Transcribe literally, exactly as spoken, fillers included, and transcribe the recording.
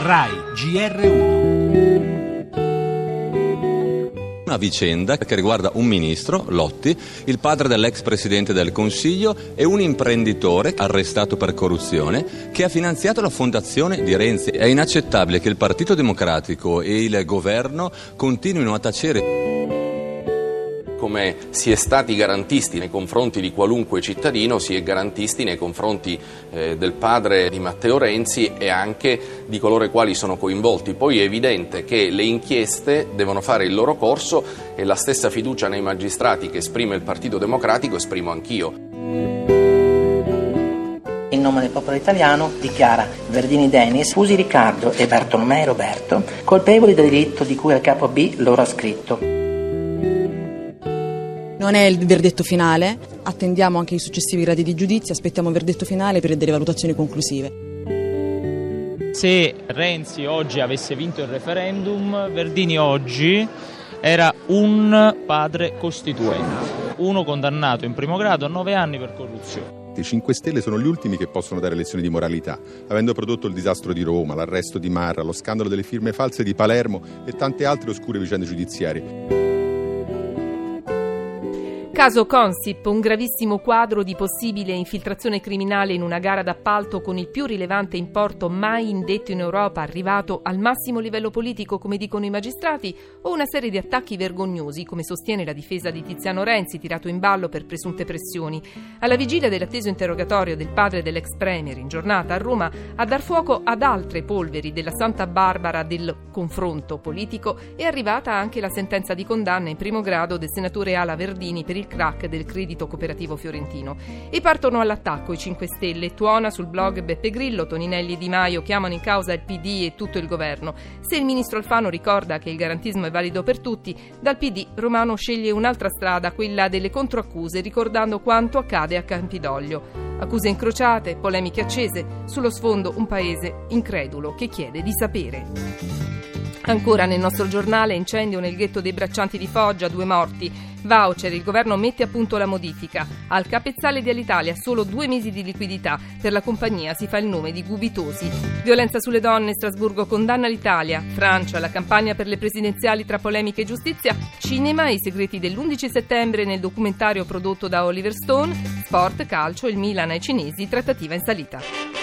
Rai G R uno. Una vicenda che riguarda un ministro, Lotti, il padre dell'ex presidente del Consiglio e un imprenditore arrestato per corruzione che ha finanziato la fondazione di Renzi. È inaccettabile che il Partito Democratico e il governo continuino a tacere. Come si è stati garantisti nei confronti di qualunque cittadino, si è garantisti nei confronti eh, del padre di Matteo Renzi e anche di coloro i quali sono coinvolti. Poi è evidente che le inchieste devono fare il loro corso e la stessa fiducia nei magistrati che esprime il Partito Democratico esprimo anch'io. In nome del popolo italiano dichiara Verdini Denis, Fusi Riccardo e Bartolomei Roberto colpevoli del delitto di cui al capo B loro ascritto. Non è il verdetto finale, attendiamo anche i successivi gradi di giudizio, aspettiamo il verdetto finale per delle valutazioni conclusive. Se Renzi oggi avesse vinto il referendum, Verdini oggi era un padre costituente, uno condannato in primo grado a nove anni per corruzione. I cinque Stelle sono gli ultimi che possono dare lezioni di moralità, avendo prodotto il disastro di Roma, l'arresto di Marra, lo scandalo delle firme false di Palermo e tante altre oscure vicende giudiziarie. Caso Consip, un gravissimo quadro di possibile infiltrazione criminale in una gara d'appalto con il più rilevante importo mai indetto in Europa, arrivato al massimo livello politico, come dicono i magistrati, o una serie di attacchi vergognosi, come sostiene la difesa di Tiziano Renzi, tirato in ballo per presunte pressioni. Alla vigilia dell'atteso interrogatorio del padre dell'ex premier in giornata a Roma, a dar fuoco ad altre polveri della Santa Barbara del confronto politico, è arrivata anche la sentenza di condanna in primo grado del senatore Ala Verdini per il crack del credito cooperativo fiorentino. E partono all'attacco i cinque Stelle. Tuona sul blog Beppe Grillo, Toninelli e Di Maio chiamano in causa il P D e tutto il governo. Se il ministro Alfano ricorda che il garantismo è valido per tutti, dal P D Romano sceglie un'altra strada, quella delle controaccuse, ricordando quanto accade a Campidoglio. Accuse incrociate, polemiche accese, sullo sfondo un paese incredulo che chiede di sapere. Ancora nel nostro giornale, incendio nel ghetto dei Braccianti di Foggia, due morti. Voucher, il governo mette a punto la modifica. Al capezzale di Alitalia solo due mesi di liquidità. Per la compagnia si fa il nome di Gubitosi. Violenza sulle donne, Strasburgo condanna l'Italia. Francia, la campagna per le presidenziali tra polemiche e giustizia. Cinema, i segreti dell'undici settembre nel documentario prodotto da Oliver Stone. Sport, calcio, il Milan ai cinesi, trattativa in salita.